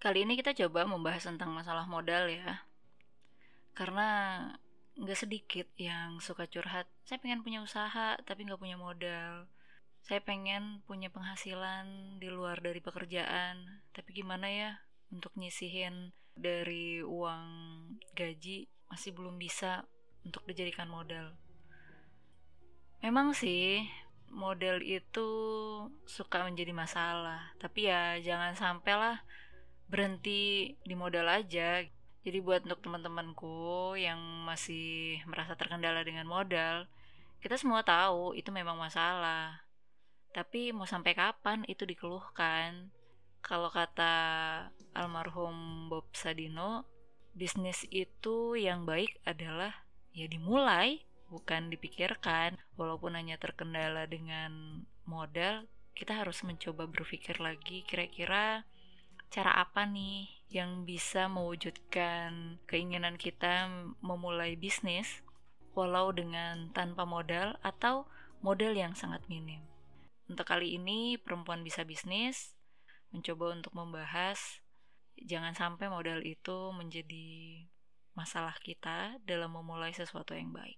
Kali ini kita coba membahas tentang masalah modal ya. Karena nggak sedikit yang suka curhat, saya pengen punya usaha tapi nggak punya modal. Saya pengen punya penghasilan di luar dari pekerjaan, tapi gimana ya untuk nyisihin dari uang gaji masih belum bisa untuk dijadikan modal. Memang sih, modal itu suka menjadi masalah, tapi ya jangan sampai lah berhenti di modal aja. Jadi buat untuk teman-temanku yang masih merasa terkendala dengan modal, kita semua tahu itu memang masalah. Tapi mau sampai kapan itu dikeluhkan? Kalau kata almarhum Bob Sadino, bisnis itu yang baik adalah ya dimulai, bukan dipikirkan. Walaupun hanya terkendala dengan modal, kita harus mencoba berpikir lagi kira-kira cara apa nih yang bisa mewujudkan keinginan kita memulai bisnis walau dengan tanpa modal atau modal yang sangat minim. Untuk kali ini Perempuan Bisa Bisnis mencoba untuk membahas jangan sampai modal itu menjadi masalah kita dalam memulai sesuatu yang baik.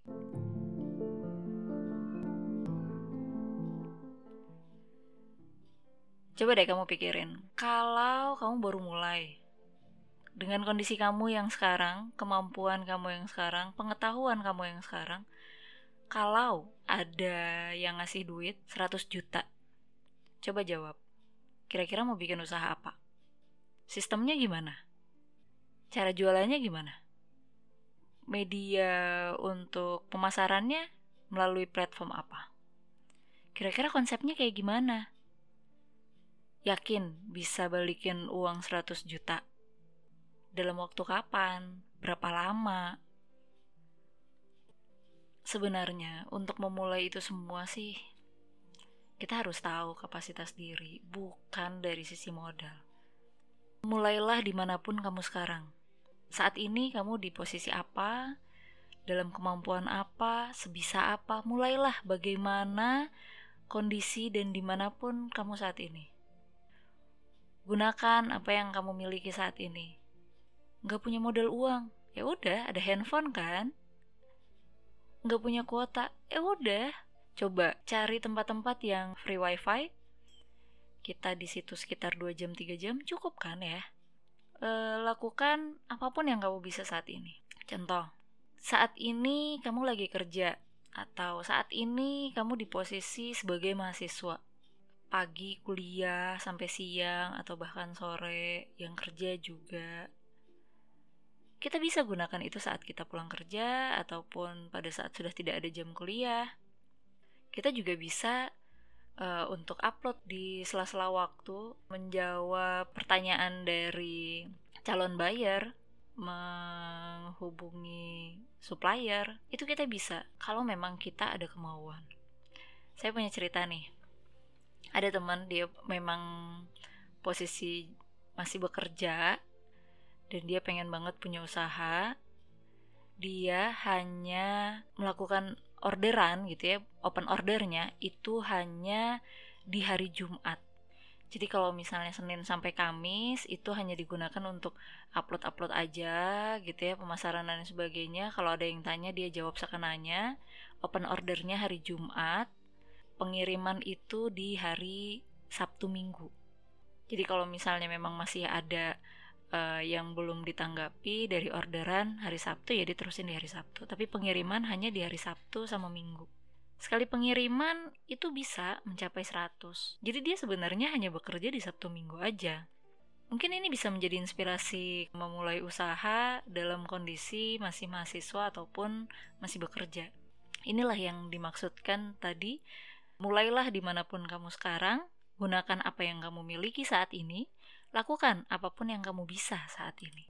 Coba deh kamu pikirin, kalau kamu baru mulai, dengan kondisi kamu yang sekarang, kemampuan kamu yang sekarang, pengetahuan kamu yang sekarang, kalau ada yang ngasih duit 100 juta, coba jawab, kira-kira mau bikin usaha apa? Sistemnya gimana? Cara jualannya gimana? Media untuk pemasarannya melalui platform apa? Kira-kira konsepnya kayak gimana? Yakin bisa balikin uang 100 juta? Dalam waktu kapan? Berapa lama? Sebenarnya untuk memulai itu semua sih kita harus tahu kapasitas diri, bukan dari sisi modal. Mulailah dimanapun kamu sekarang. Saat ini kamu di posisi apa, dalam kemampuan apa, sebisa apa, mulailah bagaimana kondisi dan dimanapun kamu saat ini. Gunakan apa yang kamu miliki saat ini. Gak punya modal uang, ya udah ada handphone kan. Gak punya kuota, ya udah coba cari tempat-tempat yang free wifi. Kita di situ sekitar 2 jam 3 jam cukup kan ya. Lakukan apapun yang kamu bisa saat ini. Contoh, saat ini kamu lagi kerja atau saat ini kamu di posisi sebagai mahasiswa. Pagi kuliah sampai siang atau bahkan sore yang kerja juga. Kita bisa gunakan itu saat kita pulang kerja ataupun pada saat sudah tidak ada jam kuliah. Kita juga bisa untuk upload di sela-sela waktu, menjawab pertanyaan dari calon buyer, menghubungi supplier, itu kita bisa kalau memang kita ada kemauan. Saya punya cerita nih, ada teman dia memang posisi masih bekerja dan dia pengen banget punya usaha. Dia hanya melakukan orderan gitu ya, open ordernya itu hanya di hari Jumat. Jadi kalau misalnya Senin sampai Kamis itu hanya digunakan untuk upload-upload aja gitu ya, pemasaran dan sebagainya. Kalau ada yang tanya dia jawab sekenanya. Open ordernya hari Jumat, pengiriman itu di hari Sabtu Minggu. Jadi kalau misalnya memang masih ada yang belum ditanggapi dari orderan hari Sabtu ya diterusin di hari Sabtu, tapi pengiriman hanya di hari Sabtu sama Minggu. Sekali pengiriman itu bisa mencapai 100. Jadi dia sebenarnya hanya bekerja di Sabtu Minggu aja. Mungkin ini bisa menjadi inspirasi memulai usaha dalam kondisi masih mahasiswa ataupun masih bekerja. Inilah yang dimaksudkan tadi, mulailah dimanapun kamu sekarang, gunakan apa yang kamu miliki saat ini, lakukan apapun yang kamu bisa saat ini.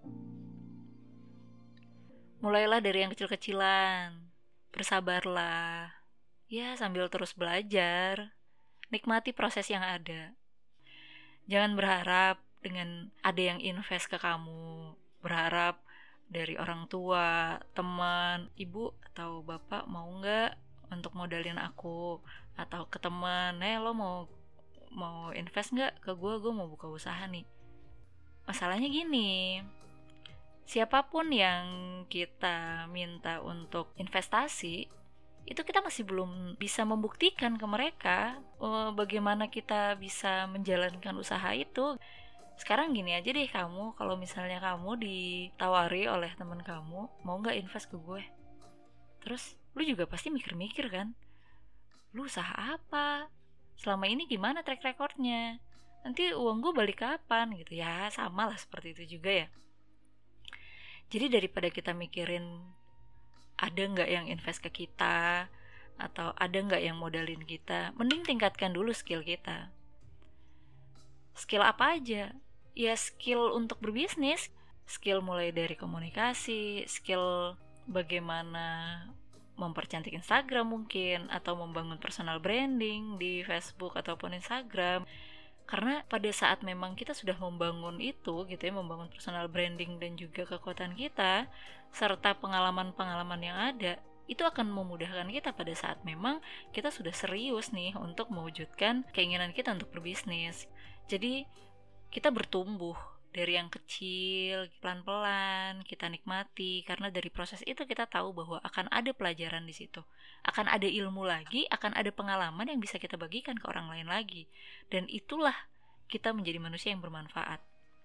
Mulailah dari yang kecil-kecilan, bersabarlah, ya sambil terus belajar, nikmati proses yang ada. Jangan berharap dengan ada yang invest ke kamu, berharap dari orang tua, teman, ibu atau bapak mau nggak untuk modalin aku, atau ke teman, lo mau invest nggak ke gue mau buka usaha nih. Masalahnya gini, siapapun yang kita minta untuk investasi, itu kita masih belum bisa membuktikan ke mereka bagaimana kita bisa menjalankan usaha itu. Sekarang gini aja deh, kamu kalau misalnya kamu ditawari oleh teman kamu, mau nggak invest ke gue? Terus lu juga pasti mikir-mikir kan, lu usaha apa? Selama ini gimana track recordnya? Nanti uang gue balik kapan gitu ya? Sama lah seperti itu juga ya. Jadi daripada kita mikirin ada nggak yang invest ke kita, atau ada nggak yang modalin kita, mending tingkatkan dulu skill kita. Skill apa aja? Ya skill untuk berbisnis, skill mulai dari komunikasi, skill bagaimana mempercantik Instagram mungkin, atau membangun personal branding di Facebook ataupun Instagram. Karena pada saat memang kita sudah membangun itu gitu ya, membangun personal branding dan juga kekuatan kita serta pengalaman-pengalaman yang ada, itu akan memudahkan kita pada saat memang kita sudah serius nih untuk mewujudkan keinginan kita untuk berbisnis. Jadi kita bertumbuh dari yang kecil, pelan-pelan kita nikmati, karena dari proses itu kita tahu bahwa akan ada pelajaran di situ, akan ada ilmu lagi, akan ada pengalaman yang bisa kita bagikan ke orang lain lagi, dan itulah kita menjadi manusia yang bermanfaat.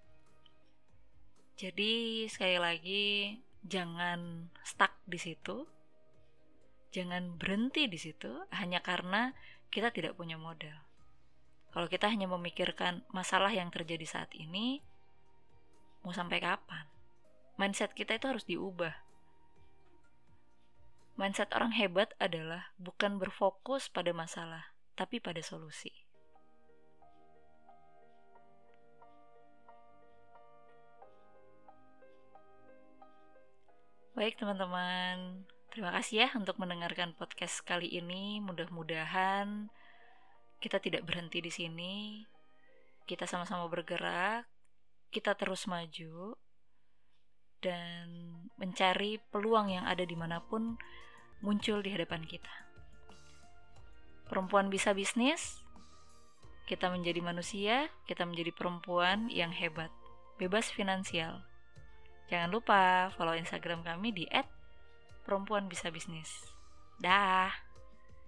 Jadi sekali lagi, jangan stuck di situ, jangan berhenti di situ hanya karena kita tidak punya modal. Kalau kita hanya memikirkan masalah yang terjadi saat ini, mau sampai kapan? Mindset kita itu harus diubah. Mindset orang hebat adalah bukan berfokus pada masalah, tapi pada solusi. Baik teman-teman, terima kasih ya untuk mendengarkan podcast kali ini. Mudah-mudahan kita tidak berhenti di sini. Kita sama-sama bergerak, kita terus maju, dan mencari peluang yang ada dimanapun muncul di hadapan kita. Perempuan bisa bisnis, kita menjadi manusia, kita menjadi perempuan yang hebat, bebas finansial. Jangan lupa follow Instagram kami di @perempuanbisabisnis. Dah.